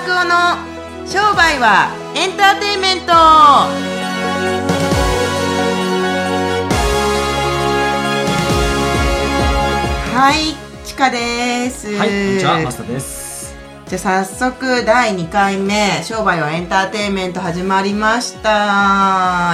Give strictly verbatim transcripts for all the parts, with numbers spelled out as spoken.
拓夫の商売はエンターテインメント。はい、ちかです。 はい、こんにちは、マスタです。 じゃあ早速だいにかいめ商売はエンターテインメント始まりました。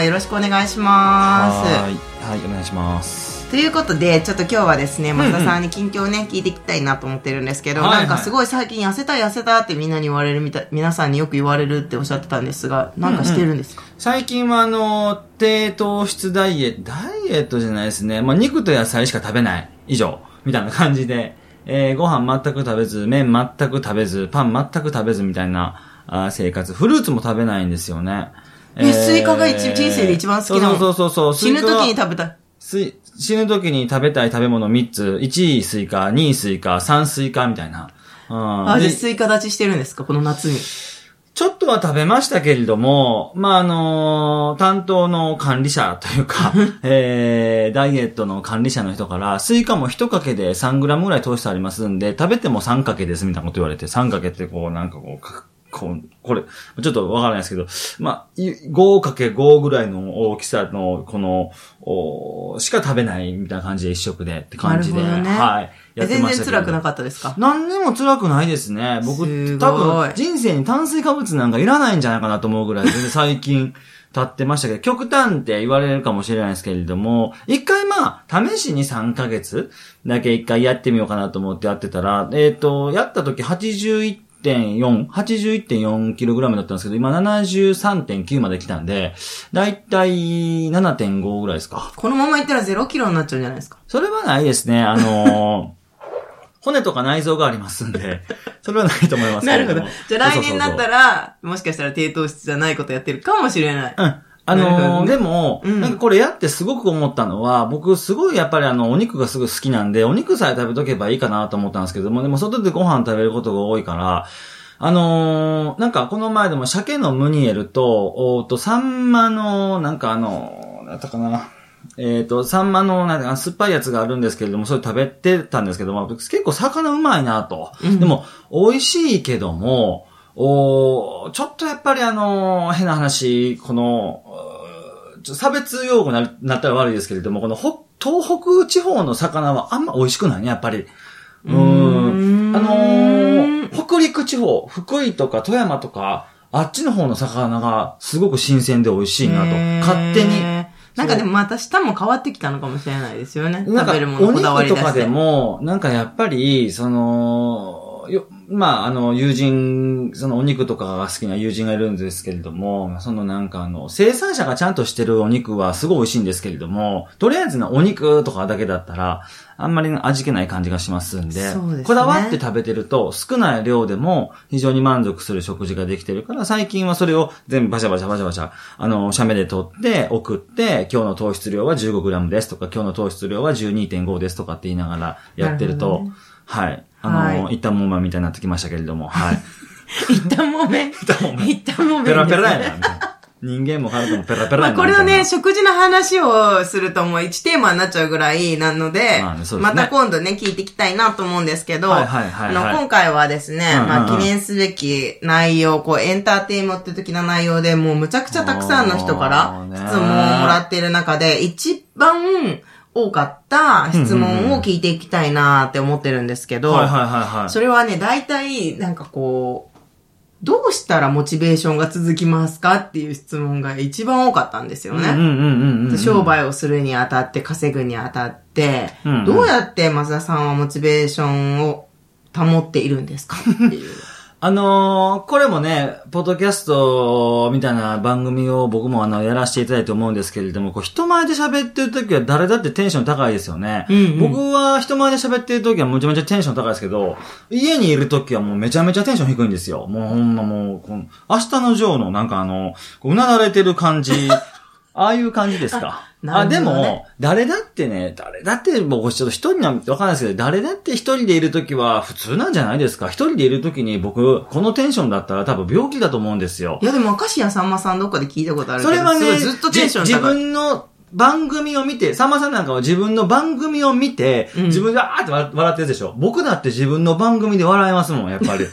よろしくお願いします。 はい、はい、お願いします。 ということでちょっと今日はですね、増田さんに近況をね、うんうん、聞いていきたいなと思ってるんですけど、はいはい、なんかすごい最近痩せた痩せたってみんなに言われるみたい、皆さんによく言われるっておっしゃってたんですが、なんかしてるんですか？ うんうん、最近はあの低糖質ダイエットダイエットじゃないですね、まあ、肉と野菜しか食べない以上みたいな感じで、えー、ご飯全く食べず、麺全く食べず、パン全く食べずみたいなあ生活。フルーツも食べないんですよね。 えー、スイカが一人生で一番好きなの。 そうそうそうそう。 死ぬ時に食べたい。 死ぬ時に食べたい食べ物みっつ。いちいスイカ、にいスイカ、さんスイカみたいな。 うん、あ、じゃあスイカ立ちしてるんですかこの夏に。 ちょっとは食べましたけれども、まあ、あのー、担当の管理者というか、えー、ダイエットの管理者の人から、スイカも一かけでさんグラムぐらい糖質ありますんで、食べてもさんかけですみたいなこと言われて、さんかけってこう、なんかこう、こう、これ、ちょっとわからないですけど、まあ、ごかけご ぐらいの大きさの、この、おしか食べないみたいな感じで一食でって感じで、 なるほどね、 はい。やってましたけど。 全然辛くなかったですか？ 何にも辛くないですね。僕、多分、人生に炭水化物なんかいらないんじゃないかなと思うぐらい、全然最近経ってましたけど、極端って言われるかもしれないですけれども、一回まあ、試しにさんかげつだけ一回やってみようかなと思ってやってたら、えっと、やった時はちじゅういちてんよん、はちじゅういってんよんキログラムだったんですけど、今 ななじゅうさんてんきゅう まで来たんで、だいたい ななてんご ぐらいですか。 このままいったらゼロキロになっちゃうんじゃないですか？ それはないですね。あのー、骨とか内臓がありますんで、それはないと思いますけど。 なるほど。じゃあ来年になったら、もしかしたら低糖質じゃないことやってるかもしれない。 うん。あのーね、でも、うん、なんかこれやってすごく思ったのは、僕すごいやっぱりあの、お肉がすごい好きなんで、お肉さえ食べとけばいいかなと思ったんですけども、でも外でご飯食べることが多いから、あのー、なんかこの前でも鮭のムニエルと、おーと、サンマの、なんかあのー、なんだったかな。えっと、サンマの、なんか酸っぱいやつがあるんですけれども、それ食べてたんですけども、結構魚うまいなと。うん、でも、美味しいけども、おちょっとやっぱりあのー、変な話、この、差別用語になったら悪いですけれども、このほ東北地方の魚はあんま美味しくないね、やっぱり。うーん。あのー、北陸地方、福井とか富山とか、あっちの方の魚がすごく新鮮で美味しいなと。勝手に。 なんかでもまた舌も変わってきたのかもしれないですよね。食べるものこだわり出して。お肉とかでも、なんかやっぱり、その、よまあ、あの、友人、そのお肉とかが好きな友人がいるんですけれども、そのなんかあの、生産者がちゃんとしてるお肉はすごい美味しいんですけれども、とりあえずのお肉とかだけだったら、あんまり味気ない感じがしますんで、 そうですね、 こだわって食べてると少ない量でも非常に満足する食事ができてるから、最近はそれを全部バシャバシャバシャバシャ、あの、写メで取って送って、今日の糖質量は じゅうごグラム ですとか、今日の糖質量は じゅうにてんご ですとかって言いながらやってると、るはい。あの、はい、一旦もめみたいになってきましたけれども、はい。 一旦もめ一旦もめ一旦もめ。 ペラペラやな、みたいな。人間も体もペラペラやな。 まあ、これをね、食事の話をするともういちテーマになっちゃうぐらいなので、まあね、そうですね、また今度ね、聞いていきたいなと思うんですけど、はいはいはいはい、あの、今回はですね、うんうんうん、まあ、記念すべき内容、こう、エンターテインメント的な内容で、もうむちゃくちゃたくさんの人から質問をもらっている中で、一番、多かった質問を聞いていきたいなって思ってるんですけど、それはね、大体、なんかこう、どうしたらモチベーションが続きますかっていう質問が一番多かったんですよね。商売をするにあたって、稼ぐにあたって、うんうん、どうやって増田さんはモチベーションを保っているんですかっていう。 あのー、これもね、ポッドキャストみたいな番組を僕もあの、やらせていただいて思うんですけれども、こう人前で喋ってる時は誰だってテンション高いですよね。うんうん、僕は人前で喋ってる時はめちゃめちゃテンション高いですけど、家にいる時はもうめちゃめちゃテンション低いんですよ。もうほんまもう、この明日のジョーのなんかあの、うなだれてる感じ、ああいう感じですか。あ, あ、でも、誰だってね、誰だって、僕ちょっと一人なんてわかんないですけど、誰だって一人でいるときは普通なんじゃないですか。一人でいるときに僕、このテンションだったら多分病気だと思うんですよ。 いやでも、明石家さんまさんどっかで聞いたことあるけど、 それはね、 ずっとテンション高い。 自分の番組を見て、さんまさんなんかは自分の番組を見て、うん、自分であーって笑ってるでしょ。僕だって自分の番組で笑いますもん、やっぱり。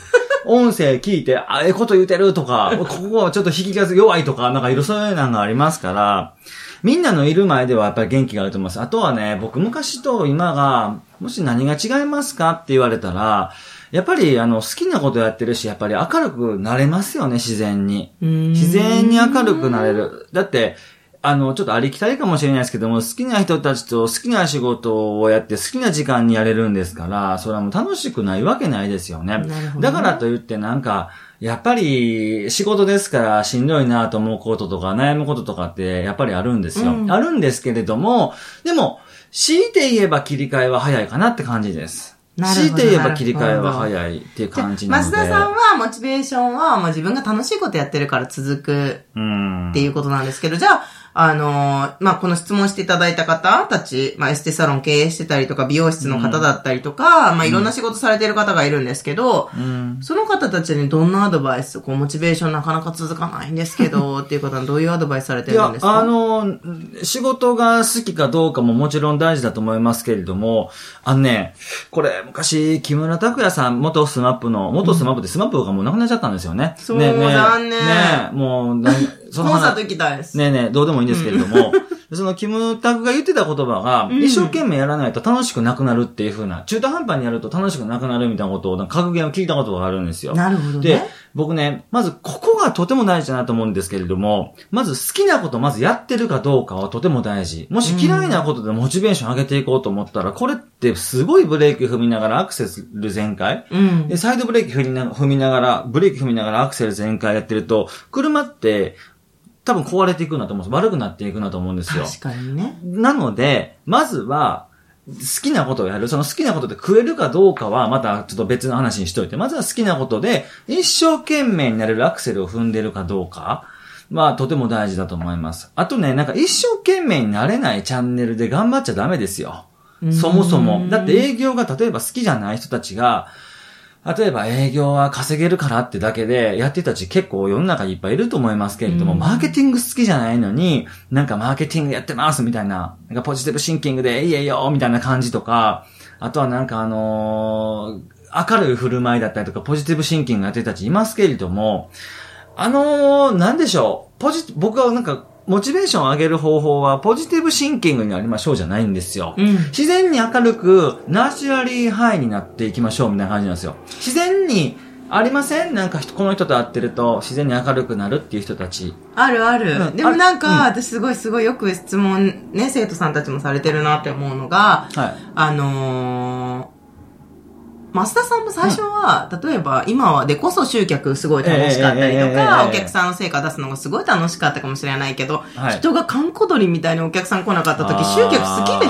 音声聞いて、あ、ええこと言うてるとか、ここはちょっと引きが弱いとか、なんかいろそういうのがありますから、みんなのいる前ではやっぱり元気があると思います。あとはね、僕昔と今が、もし何が違いますかって言われたら、やっぱりあの好きなことやってるし、やっぱり明るくなれますよね、自然に。自然に明るくなれる。だって、あの、ちょっとありきたりかもしれないですけども、好きな人たちと好きな仕事をやって好きな時間にやれるんですから、それはもう楽しくないわけないですよね。だからといってなんか、やっぱり仕事ですからしんどいなと思うこととか悩むこととかってやっぱりあるんですよ。うん、あるんですけれども、でも、強いて言えば切り替えは早いかなって感じです。強いて言えば切り替えは早いっていう感じなので。 増田さんはモチベーションはもう自分が楽しいことやってるから続くっていうことなんですけど、じゃあ、あのー、まあ、この質問していただいた方たち、まあ、エステサロン経営してたりとか、美容室の方だったりとか、うん、まあ、いろんな仕事されてる方がいるんですけど、うん、その方たちにどんなアドバイス、こう、モチベーションなかなか続かないんですけど、っていう方はどういうアドバイスされてるんですか？ いや、あのー、仕事が好きかどうかももちろん大事だと思いますけれども、あのね、これ、昔、木村拓哉さん、元スマップの、元スマップってスマップがもうなくなっちゃったんですよね。 そう、ねね、残念。 ねもう、 そのコンサート行きたいです。 ねえねえ、どうでもいいんですけれども、うん、そのキムタクが言ってた言葉が、うん、一生懸命やらないと楽しくなくなるっていう風な、中途半端にやると楽しくなくなるみたいなことを、格言を聞いたことがあるんですよ。 なるほどね。 で、僕ね、まずここがとても大事だなと思うんですけれども、まず好きなことまずやってるかどうかはとても大事。もし嫌いなことでモチベーション上げていこうと思ったら、これってすごいブレーキ踏みながらアクセル全開、うん、で、サイドブレーキ踏みな踏みながら、ブレーキ踏みながらアクセル全開やってると、車って、多分壊れていくんだと思うんです。悪くなっていくんだと思うんですよ。 確かにね。 なので、まずは、好きなことをやる。その好きなことで食えるかどうかは、またちょっと別の話にしといて、まずは好きなことで、一生懸命になれるアクセルを踏んでるかどうかは、とても大事だと思います。あとね、なんか一生懸命になれないチャンネルで頑張っちゃダメですよ。そもそも。だって営業が例えば好きじゃない人たちが、例えば営業は稼げるからってだけでやってたち結構世の中にいっぱいいると思いますけれども、うん、マーケティング好きじゃないのに、なんかマーケティングやってますみたいな、なんかポジティブシンキングでいいえよみたいな感じとか、あとはなんかあのー、明るい振る舞いだったりとかポジティブシンキングやってたちいますけれども、あのー、なんでしょう、ポジ、僕はなんか、モチベーションを上げる方法はポジティブシンキングになりましょうじゃないんですよ。うん、自然に明るくナチュラリーハイになっていきましょうみたいな感じなんですよ。自然にありません？なんかこの人と会ってると自然に明るくなるっていう人たち。 あるある。うん、でもなんか、うん、私すごいすごいよく質問ね、生徒さんたちもされてるなって思うのが、はい、あのー、増田さんも最初は、うん、例えば今はでこそ集客すごい楽しかったりとか、えーえーえー、お客さんの成果出すのがすごい楽しかったかもしれないけど、はい、人が閑古鳥みたいにお客さん来なかった時集客好きでした？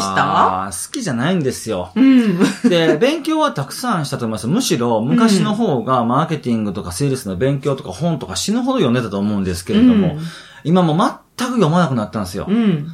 あ好きじゃないんですよ、うん、で勉強はたくさんしたと思います。むしろ昔の方がマーケティングとかセールスの勉強とか本とか死ぬほど読んでたと思うんですけれども、うん、今も全く読まなくなったんですよ、うん、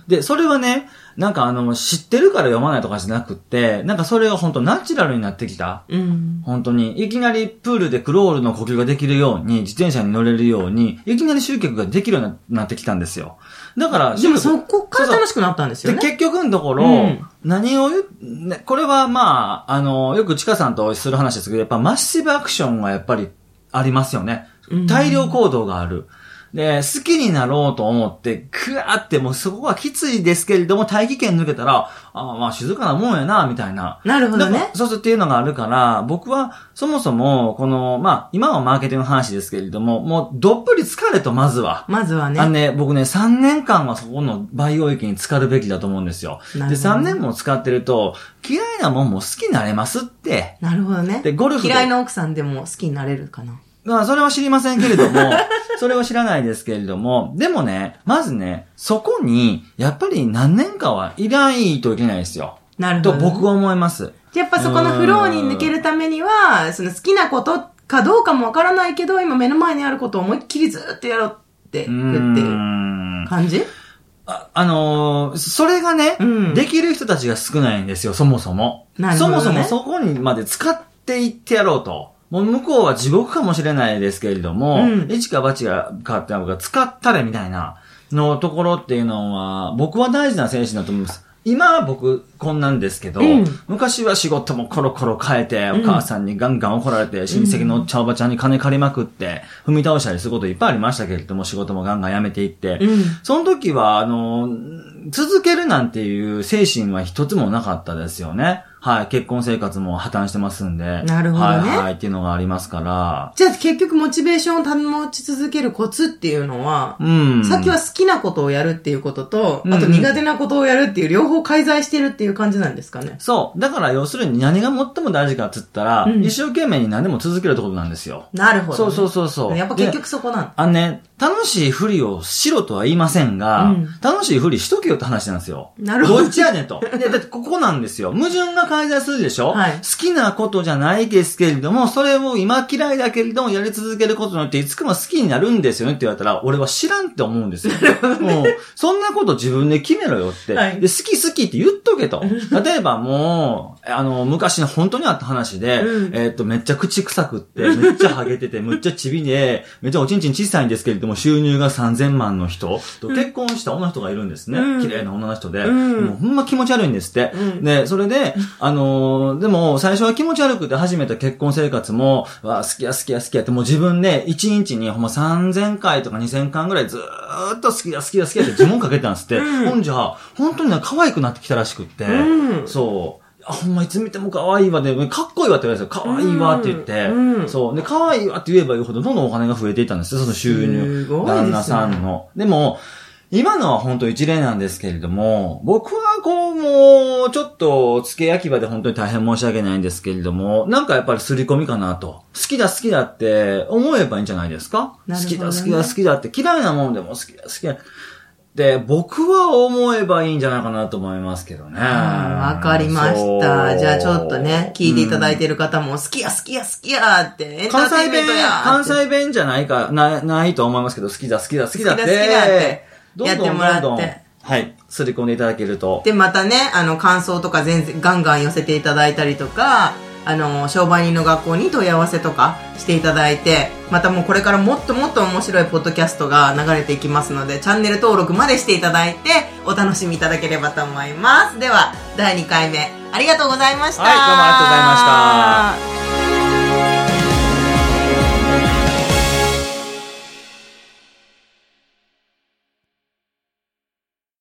でそれはねなんかあの、知ってるから読まないとかじゃなくって、なんかそれが本当ナチュラルになってきた。うん、本当に。いきなりプールでクロールの呼吸ができるように、自転車に乗れるように、いきなり集客ができるようになってきたんですよ。だから、 でもそこから楽しくなったんですよね。 で、結局のところ、うん、何を言う、ね、これはまあ、あの、よくチカさんとする話ですけど、やっぱマッシブアクションがやっぱりありますよね。大量行動がある。で、好きになろうと思って、くわーってもうそこはきついですけれども、大気圏抜けたら、あまあ静かなもんやな、みたいな。 なるほどね。 そうするっていうのがあるから、僕はそもそも、この、まあ、今はマーケティングの話ですけれども、もうどっぷり疲れと、まずは。 まずはね。 あのね、僕ね、さんねんかんはそこの培養液に浸かるべきだと思うんですよ。で、さんねんも使ってると、嫌いなもんも好きになれますって。 なるほどね。で、ゴルフで。嫌いな奥さんでも好きになれるかな。 まあ、それは知りませんけれども、それは知らないですけれども、でもね、まずね、そこに、やっぱり何年かはいないといけないですよ。 なるほど、ね。 と僕は思います。 やっぱそこのフローに抜けるためには、その好きなことかどうかもわからないけど、今目の前にあることを思いっきりずっとやろうっていくっていう感じ？ あ、あのー、それがね、うん、できる人たちが少ないんですよ、そもそも。なるほどね。そもそもそこにまで使っていってやろうと。もう向こうは地獄かもしれないですけれども、うん、一か八が変わってなんか使ったれみたいなのところっていうのは、僕は大事な精神だと思います。 今僕こんなんですけど、うん、昔は仕事もコロコロ変えて、お母さんにガンガン怒られて、うん、親戚のおっちゃんおばちゃんに金借りまくって、踏み倒したりすることいっぱいありましたけれども、仕事もガンガン辞めていって、うん、その時は、あの、続けるなんていう精神は一つもなかったですよね。はい。結婚生活も破綻してますんで。 なるほどね。 はい、はい。っていうのがありますから。 じゃあ結局モチベーションを保ち続けるコツっていうのは、うん。さっきは好きなことをやるっていうことと、あと苦手なことをやるっていう両方介在してるっていう感じなんですかね。 そう。だから要するに何が最も大事かって言ったら、うん、一生懸命に何でも続けるってことなんですよ。 なるほど、ね。 そうそうそうそう。 やっぱ結局そこなんだ。 あのね、楽しいふりをしろとは言いませんが、うん、楽しいふりしとけよって話なんですよ。 なるほど。 どっちやねんと。で、だってここなんですよ。矛盾が介在するでしょ、はい、好きなことじゃないですけれども、それを今嫌いだけれどもやり続けることによっていつかも好きになるんですよねって言われたら、俺は知らんって思うんですよ。もうそんなこと自分で決めろよって。はい、で、好き好きって言っとけと。例えばもう、あの、昔の本当にあった話で、うん、えっと、めっちゃ口臭くって、めっちゃハゲてて、めっちゃチビで、めっちゃおちんちん小さいんですけれども、収入がさんぜんまんの人と結婚した女の人がいるんですね。うん、綺麗な女の人で。うん、もうほんま気持ち悪いんですって。うん、で、それで、あのー、でも最初は気持ち悪くて始めた結婚生活も、わ、好きや好きや好きやって、もう自分でいちにちにほんまさんぜんかいとかにせんかんぐらいずーっと好きや好きや好きやって呪文かけてたんですって。うん、ほんじゃ、本当に可愛くなってきたらしくって、うん、そう。あ、ほんまいつ見ても可愛いわで、かっこいいわって言われたんですよ。可愛いわって言って、うん、そう。で、可愛いわって言えば言うほどどんどんお金が増えていったんですよ、その収入。旦那さんの。でも、今のは本当一例なんですけれども、僕はこうもう、ちょっと、付け焼き場で本当に大変申し訳ないんですけれども、なんかやっぱり刷り込みかなと。好きだ好きだって思えばいいんじゃないですか、ね、好きだ好きだ好きだって嫌いなもんでも好きだ好きだ。で、僕は思えばいいんじゃないかなと思いますけどね。 わかりました。じゃあちょっとね、聞いていただいている方も、好きや好きや好きやって、エンターテインメントや関西弁、関西弁じゃないか、な、ないと思いますけど、好きだ好きだ好きだって。 好きだ好きだって。どんどんどんどんやってもらって。 はい。すり込んでいただけると。 で、またね、あの、感想とか全然、ガンガン寄せていただいたりとか、あの、商売人の学校に問い合わせとかしていただいて、またもうこれからもっともっと面白いポッドキャストが流れていきますので、チャンネル登録までしていただいて、お楽しみいただければと思います。では、だいにかいめ、ありがとうございました。 はい、どうもありがとうございました。